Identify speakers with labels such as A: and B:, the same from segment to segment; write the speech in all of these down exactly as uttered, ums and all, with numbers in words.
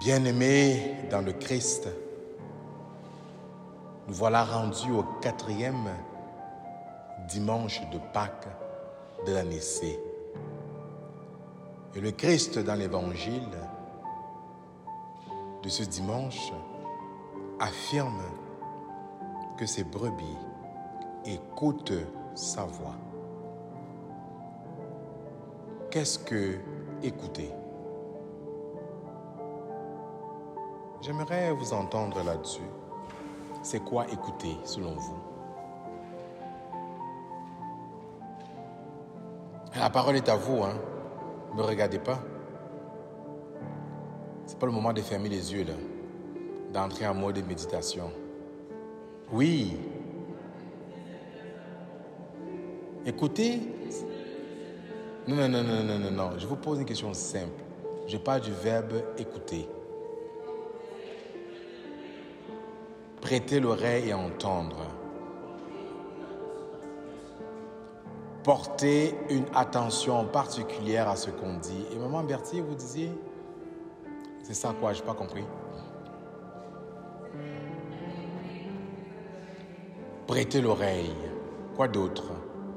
A: Bien-aimés dans le Christ, nous voilà rendus au quatrième dimanche de Pâques de l'année C. Et le Christ dans l'évangile de ce dimanche affirme que ses brebis écoutent sa voix. Qu'est-ce que écouter? J'aimerais vous entendre là-dessus. C'est quoi écouter selon vous? La parole est à vous, hein? Ne regardez pas. C'est pas le moment de fermer les yeux, là, d'entrer en mode méditation. Oui. Écoutez. Non, non, non, non, non, non, non. Je vous pose une question simple. Je parle du verbe écouter. Prêter l'oreille et entendre. Porter une attention particulière à ce qu'on dit. Et maman Berthier, vous disiez? C'est ça quoi? Je n'ai pas compris. Prêter l'oreille. Quoi d'autre?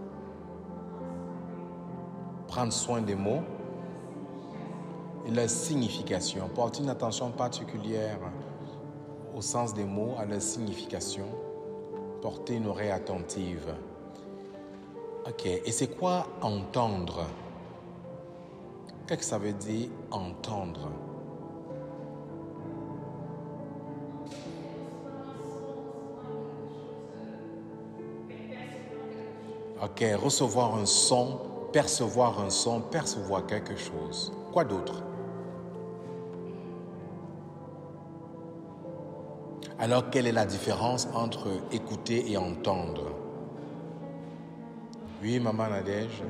A: Prendre soin des mots et leur signification. Porter une attention particulière au sens des mots, à leur signification. Porter une oreille attentive. Ok, et c'est quoi entendre? Qu'est-ce que ça veut dire entendre? Ok, recevoir un son, percevoir un son, percevoir quelque chose. Quoi d'autre? Alors, quelle est la différence entre écouter et entendre? Oui, maman Nadège.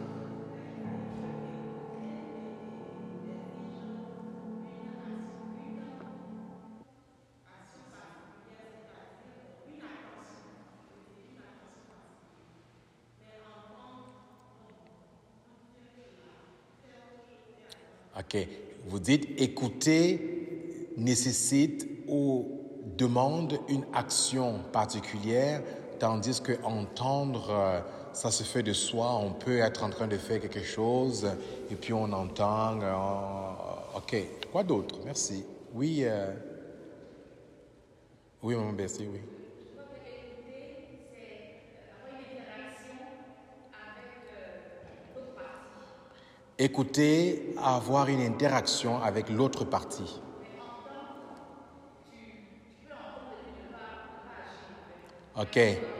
A: Ok, vous dites écouter nécessite ou demande une action particulière, tandis que entendre, ça se fait de soi. On peut être en train de faire quelque chose et puis on entend. Euh, ok, quoi d'autre? Merci. Oui, euh... oui, maman Bessie, oui. Écouter, avoir une interaction avec l'autre partie. Ok.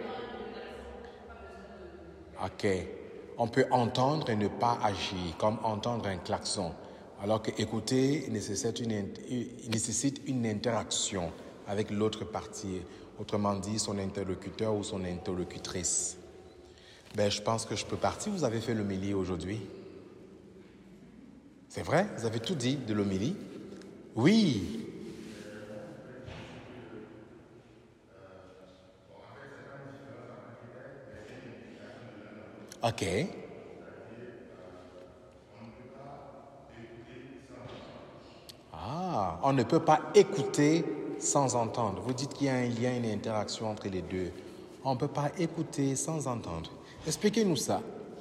A: Ok. On peut entendre et ne pas agir, comme entendre un klaxon. Alors que écouter nécessite une, nécessite une interaction avec l'autre partie. Autrement dit, son interlocuteur ou son interlocutrice. Ben, je pense que je peux partir. Vous avez fait l'homélie aujourd'hui. C'est vrai? Vous avez tout dit de l'homélie? Oui. Ok. Ah, on ne peut pas écouter sans entendre. Vous dites qu'il y a un lien, une interaction entre les deux. On ne peut pas écouter sans entendre. Expliquez-nous ça.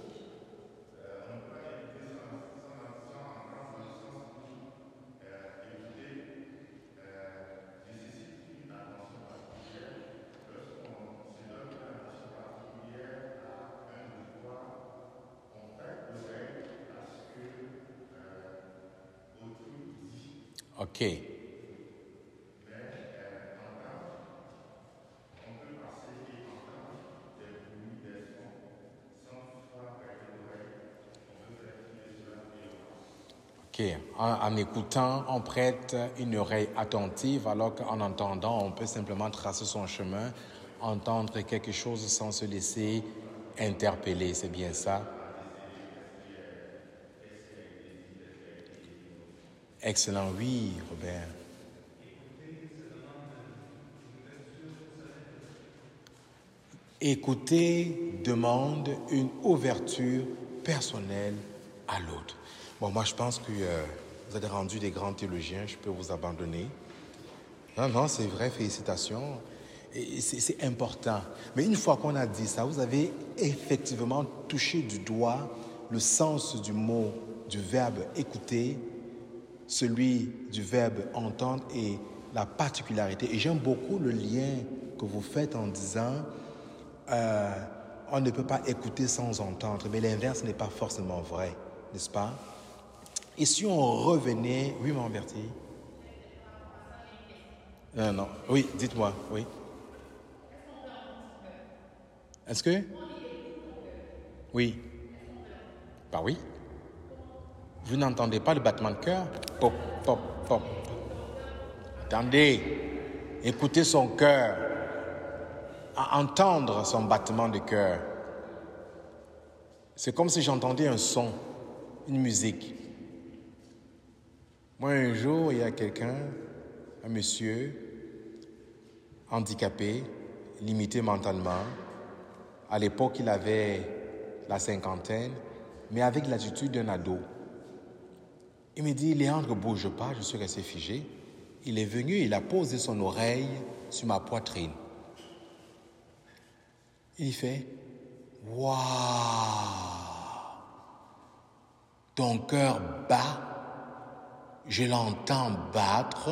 A: Ok. Ok. En, en écoutant, on prête une oreille attentive, alors qu'en entendant, on peut simplement tracer son chemin, entendre quelque chose sans se laisser interpeller. C'est bien ça? Excellent. Oui, Robert. Écouter demande une ouverture personnelle à l'autre. Bon, moi, je pense que euh, Vous avez rendu des grands théologiens, je peux vous abandonner. Non, non, c'est vrai, félicitations. Et c'est, c'est important. Mais une fois qu'on a dit ça, vous avez effectivement touché du doigt le sens du mot, du verbe écouter, celui du verbe entendre et la particularité. Et j'aime beaucoup le lien que vous faites en disant euh, on ne peut pas écouter sans entendre, mais l'inverse n'est pas forcément vrai, n'est-ce pas? Et si on revenait... Oui, mon Bertie? Non, non. Oui, dites-moi, oui. Est-ce que... Oui. Bah oui. Vous n'entendez pas le battement de cœur? Pop, pop, pop. Attendez. Écoutez son cœur. À entendre son battement de cœur. C'est comme si j'entendais un son, une musique. Moi, un jour, il y a quelqu'un, un monsieur, handicapé, limité mentalement. À l'époque, il avait la cinquantaine, mais avec l'attitude d'un ado. Il me dit, Léandre, bouge pas, je suis resté figé. Il est venu, il a posé son oreille sur ma poitrine. Il fait, waouh, ton cœur bat, je l'entends battre.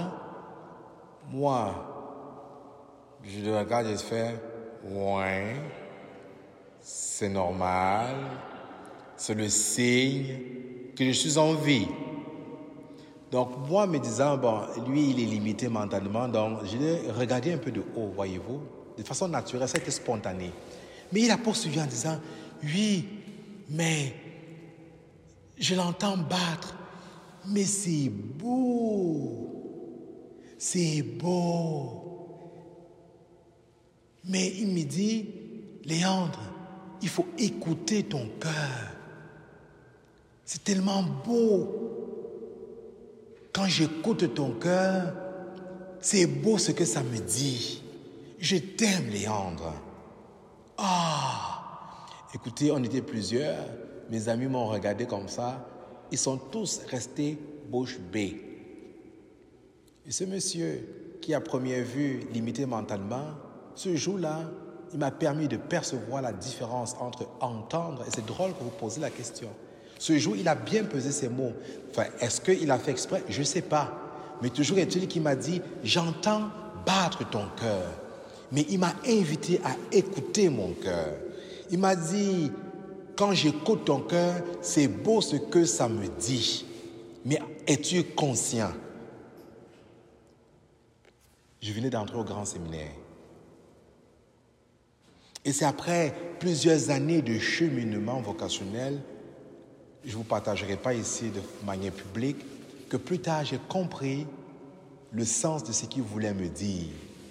A: Moi, je le regarde et je fais, ouais, c'est normal, c'est le signe que je suis en vie. Donc, moi, me disant, bon, lui, il est limité mentalement, donc je l'ai regardé un peu de haut, voyez-vous, de façon naturelle, ça a été spontané. Mais il a poursuivi en disant, oui, mais je l'entends battre, mais c'est beau, c'est beau. Mais il me dit, Léandre, il faut écouter ton cœur. C'est tellement beau. Quand j'écoute ton cœur, c'est beau ce que ça me dit. Je t'aime, Léandre. Ah! Écoutez, on était plusieurs. Mes amis m'ont regardé comme ça. Ils sont tous restés bouche bée. Et ce monsieur, qui à première vue limité mentalement, ce jour-là, il m'a permis de percevoir la différence entre entendre, et c'est drôle que vous posez la question. Ce jour, il a bien pesé ses mots. Enfin, est-ce qu'il a fait exprès? Je ne sais pas. Mais toujours est-il qu'il m'a dit, j'entends battre ton cœur. Mais il m'a invité à écouter mon cœur. Il m'a dit, quand j'écoute ton cœur, c'est beau ce que ça me dit. Mais es-tu conscient? Je venais d'entrer au grand séminaire. Et c'est après plusieurs années de cheminement vocationnel, je ne vous partagerai pas ici de manière publique, que plus tard j'ai compris le sens de ce qu'il voulait me dire.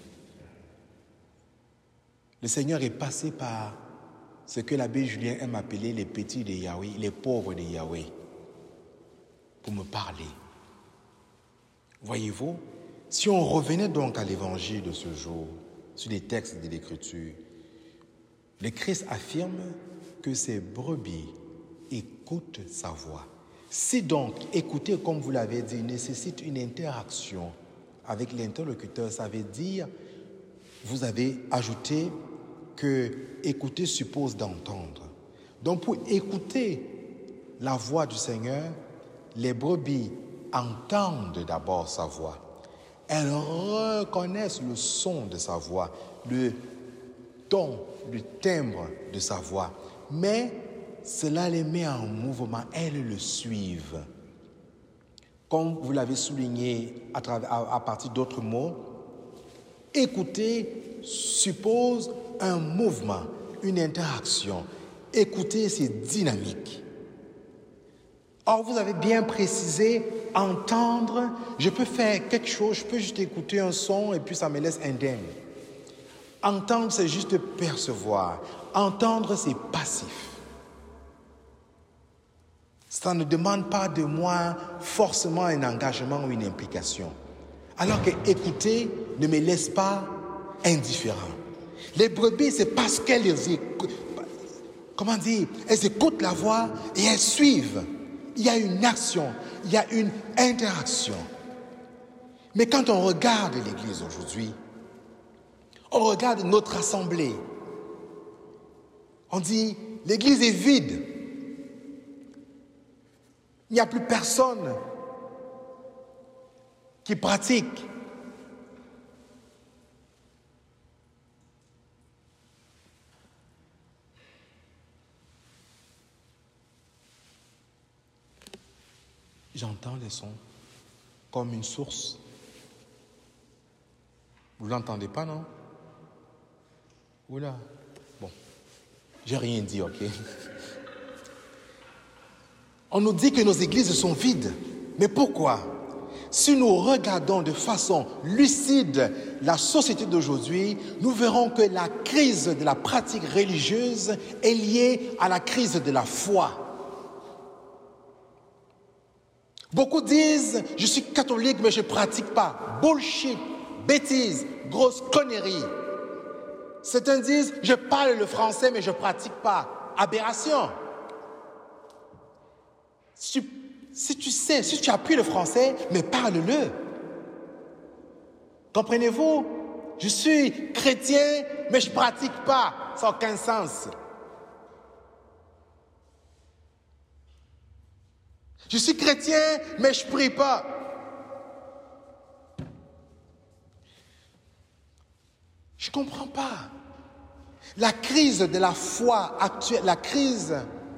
A: Le Seigneur est passé par ce que l'abbé Julien aime appeler les petits de Yahweh, les pauvres de Yahweh, pour me parler. Voyez-vous, si on revenait donc à l'évangile de ce jour, sur les textes de l'Écriture, le Christ affirme que ses brebis écoutent sa voix. Si donc écouter, comme vous l'avez dit, nécessite une interaction avec l'interlocuteur, ça veut dire, vous avez ajouté que écouter suppose d'entendre. Donc pour écouter la voix du Seigneur, les brebis entendent d'abord sa voix. Elles reconnaissent le son de sa voix, le ton, le timbre de sa voix. Mais cela les met en mouvement, elles le suivent. Comme vous l'avez souligné à, travers, à, à partir d'autres mots, écouter suppose un mouvement, une interaction. Écouter, c'est dynamique. Or, vous avez bien précisé, entendre, je peux faire quelque chose, je peux juste écouter un son et puis ça me laisse indemne. Entendre, c'est juste percevoir. Entendre, c'est passif. Ça ne demande pas de moi forcément un engagement ou une implication. Alors que écouter ne me laisse pas indifférent. Les brebis, c'est parce qu'elles écoutent, comment dire, elles écoutent la voix et elles suivent. il y a une action, il y a une interaction. Mais quand on regarde l'Église aujourd'hui, on regarde notre assemblée, on dit, l'Église est vide. Il n'y a plus personne qui pratique. J'entends les sons comme une source. Vous ne l'entendez pas, non? Oula. Bon, j'ai rien dit, ok? On nous dit que nos églises sont vides. Mais pourquoi? Si nous regardons de façon lucide la société d'aujourd'hui, nous verrons que la crise de la pratique religieuse est liée à la crise de la foi. Beaucoup disent, je suis catholique mais je ne pratique pas. Bullshit, bêtise, grosse connerie. Certains disent, je parle le français mais je ne pratique pas. Aberration. Si tu, si tu sais, si tu appuies le français, mais parle-le. Comprenez-vous? Je suis chrétien mais je ne pratique pas. Ça n'a aucun sens. Je suis chrétien, mais je ne prie pas. Je ne comprends pas. La crise de la foi actuelle, la crise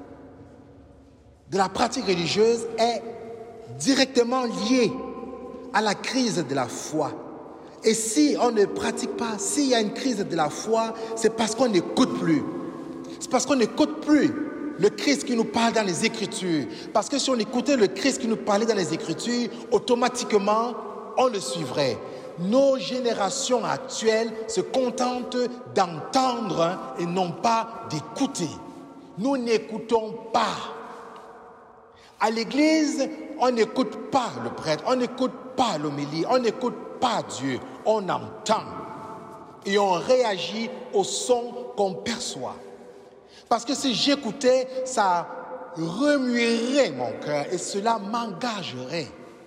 A: de la pratique religieuse est directement liée à la crise de la foi. Et si on ne pratique pas, s'il y a une crise de la foi, c'est parce qu'on n'écoute plus. C'est parce qu'on n'écoute plus le Christ qui nous parle dans les Écritures. Parce que si on écoutait le Christ qui nous parlait dans les Écritures, automatiquement, on le suivrait. Nos générations actuelles se contentent d'entendre et non pas d'écouter. Nous n'écoutons pas. À l'église, on n'écoute pas le prêtre, on n'écoute pas l'homélie, on n'écoute pas Dieu. On entend et on réagit au son qu'on perçoit. Parce que si j'écoutais, ça remuerait mon cœur et cela m'engagerait.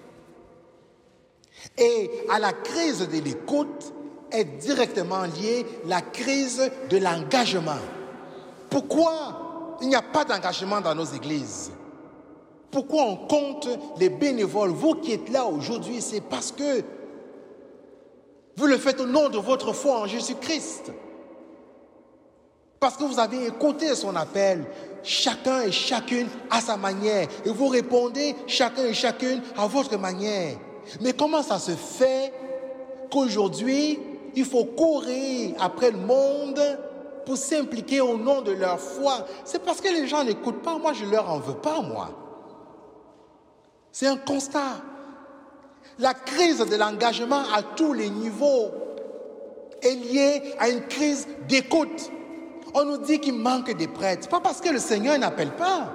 A: Et à la crise de l'écoute est directement liée la crise de l'engagement. Pourquoi il n'y a pas d'engagement dans nos églises? Pourquoi on compte les bénévoles? Vous qui êtes là aujourd'hui, c'est parce que vous le faites au nom de votre foi en Jésus-Christ. Parce que vous avez écouté son appel, chacun et chacune à sa manière. Et vous répondez chacun et chacune à votre manière. Mais comment ça se fait qu'aujourd'hui, il faut courir après le monde pour s'impliquer au nom de leur foi? C'est parce que les gens n'écoutent pas. Moi, je ne leur en veux pas, moi. C'est un constat. La crise de l'engagement à tous les niveaux est liée à une crise d'écoute. On nous dit qu'il manque des prêtres. Ce n'est pas parce que le Seigneur n'appelle pas.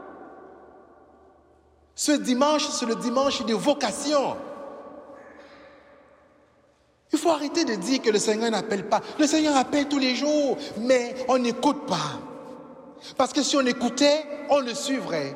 A: Ce dimanche, c'est le dimanche des vocations. Il faut arrêter de dire que le Seigneur n'appelle pas. Le Seigneur appelle tous les jours, mais on n'écoute pas. Parce que si on écoutait, on le suivrait.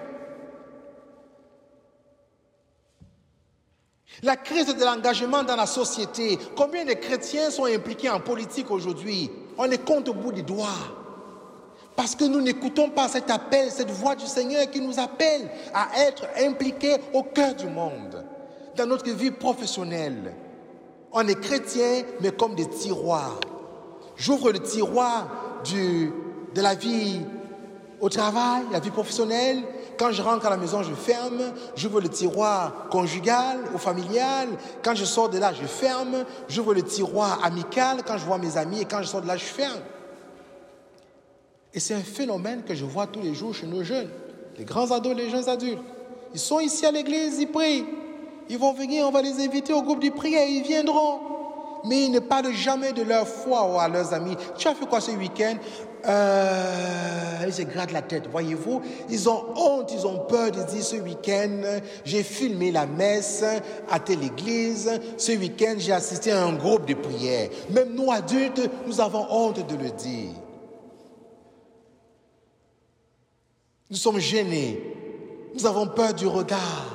A: La crise de l'engagement dans la société. Combien de chrétiens sont impliqués en politique aujourd'hui? On les compte au bout des doigts. Parce que nous n'écoutons pas cet appel, cette voix du Seigneur qui nous appelle à être impliqués au cœur du monde, dans notre vie professionnelle. On est chrétien, mais comme des tiroirs. J'ouvre le tiroir du, de la vie au travail, la vie professionnelle. Quand je rentre à la maison, je ferme. J'ouvre le tiroir conjugal ou familial. Quand je sors de là, je ferme. J'ouvre le tiroir amical. Quand je vois mes amis et quand je sors de là, je ferme. Et c'est un phénomène que je vois tous les jours chez nos jeunes, les grands ados et les jeunes adultes. Ils sont ici à l'église, ils prient. Ils vont venir, on va les inviter au groupe de prière, ils viendront. Mais ils ne parlent jamais de leur foi ou à leurs amis. Tu as fait quoi ce week-end? Euh, ils se grattent la tête, voyez-vous. Ils ont honte, ils ont peur de dire ce week-end, j'ai filmé la messe à telle église. Ce week-end, j'ai assisté à un groupe de prière. Même nous, adultes, nous avons honte de le dire. Nous sommes gênés. Nous avons peur du regard.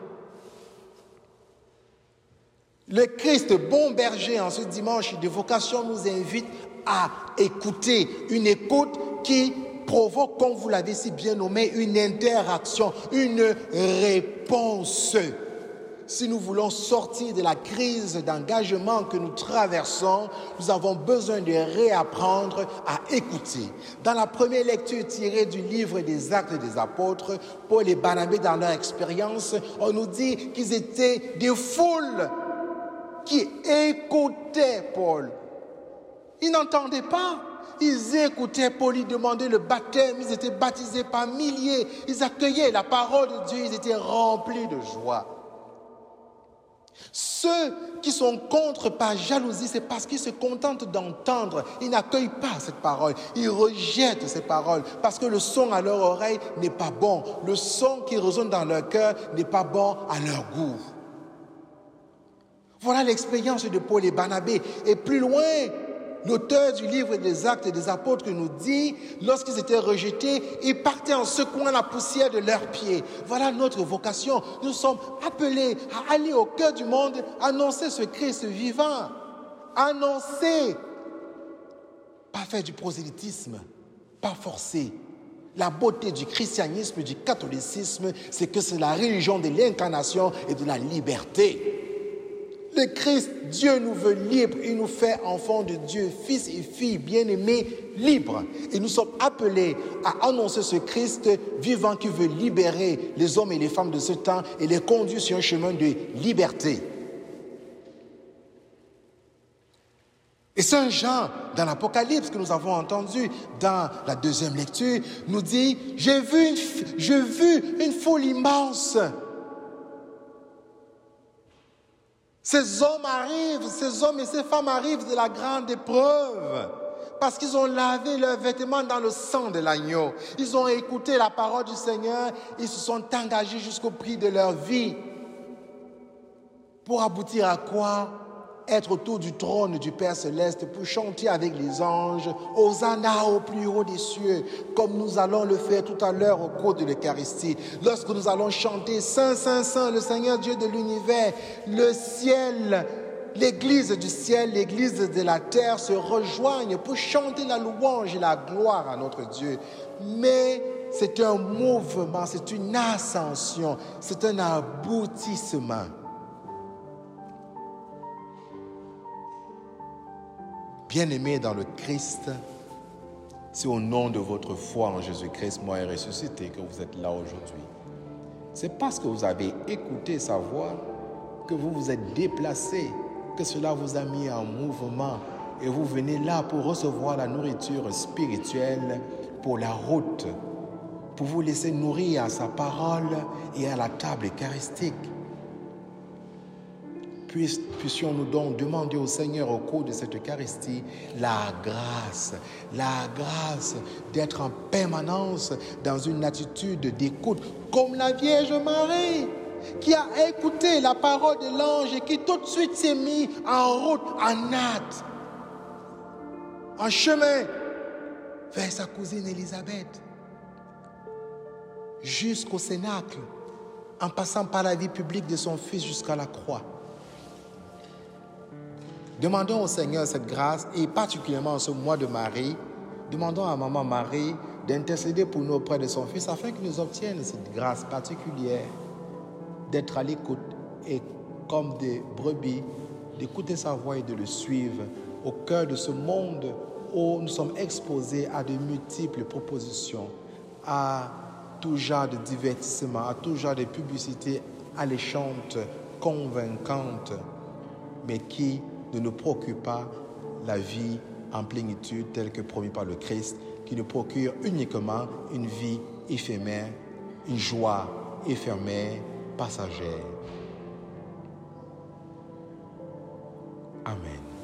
A: Le Christ, bon berger, en ce dimanche de vocation, nous invite à écouter. Une écoute qui provoque, comme vous l'avez si bien nommé, une interaction, une réponse. Si nous voulons sortir de la crise d'engagement que nous traversons, nous avons besoin de réapprendre à écouter. Dans la première lecture tirée du livre des Actes des Apôtres, Paul et Barnabé, dans leur expérience, on nous dit qu'ils étaient des foules qui écoutaient Paul. Ils n'entendaient pas. Ils écoutaient Paul, ils demandaient le baptême, ils étaient baptisés par milliers. Ils accueillaient la parole de Dieu, ils étaient remplis de joie. Ceux qui sont contre par jalousie, c'est parce qu'ils se contentent d'entendre. Ils n'accueillent pas cette parole. Ils rejettent ces paroles parce que le son à leur oreille n'est pas bon. Le son qui résonne dans leur cœur n'est pas bon à leur goût. Voilà l'expérience de Paul et Barnabé. Et plus loin, l'auteur du livre des Actes des Apôtres nous dit, lorsqu'ils étaient rejetés, ils partaient en secouant la poussière de leurs pieds. Voilà notre vocation. Nous sommes appelés à aller au cœur du monde, annoncer ce Christ vivant. Annoncer. Pas faire du prosélytisme, pas forcer. La beauté du christianisme, du catholicisme, c'est que c'est la religion de l'incarnation et de la liberté. Le Christ, Dieu nous veut libres, il nous fait enfants de Dieu, fils et filles bien-aimés, libres. Et nous sommes appelés à annoncer ce Christ vivant qui veut libérer les hommes et les femmes de ce temps et les conduire sur un chemin de liberté. Et Saint Jean, dans l'Apocalypse que nous avons entendu dans la deuxième lecture, nous dit « J'ai vu une, j'ai vu une foule immense ». Ces hommes arrivent, ces hommes et ces femmes arrivent de la grande épreuve parce qu'ils ont lavé leurs vêtements dans le sang de l'agneau. Ils ont écouté la parole du Seigneur, ils se sont engagés jusqu'au prix de leur vie. Pour aboutir à quoi? Être autour du trône du Père Céleste pour chanter avec les anges « Hosanna au plus haut des cieux » comme nous allons le faire tout à l'heure au cours de l'Eucharistie. Lorsque nous allons chanter « Saint, Saint, Saint, le Seigneur Dieu de l'univers », le ciel, l'Église du ciel, l'Église de la terre se rejoignent pour chanter la louange et la gloire à notre Dieu. Mais c'est un mouvement, c'est une ascension, c'est un aboutissement. Bien-aimés dans le Christ, c'est au nom de votre foi en Jésus-Christ, mort et ressuscité, que vous êtes là aujourd'hui. C'est parce que vous avez écouté sa voix que vous vous êtes déplacés, que cela vous a mis en mouvement et vous venez là pour recevoir la nourriture spirituelle pour la route, pour vous laisser nourrir à sa parole et à la table eucharistique. Puissions-nous donc demander au Seigneur au cours de cette Eucharistie la grâce, la grâce d'être en permanence dans une attitude d'écoute, comme la Vierge Marie, qui a écouté la parole de l'ange et qui tout de suite s'est mis en route, en hâte, en chemin vers sa cousine Élisabeth, jusqu'au cénacle, en passant par la vie publique de son fils jusqu'à la croix. Demandons au Seigneur cette grâce et particulièrement en ce mois de Marie, demandons à Maman Marie d'intercéder pour nous auprès de son Fils afin qu'il nous obtienne cette grâce particulière d'être à l'écoute et comme des brebis, d'écouter sa voix et de le suivre au cœur de ce monde où nous sommes exposés à de multiples propositions, à tout genre de divertissement, à tout genre de publicités alléchantes, convaincantes, mais qui ne nous procure pas la vie en plénitude telle que promis par le Christ, qui nous procure uniquement une vie éphémère, une joie éphémère, passagère. Amen.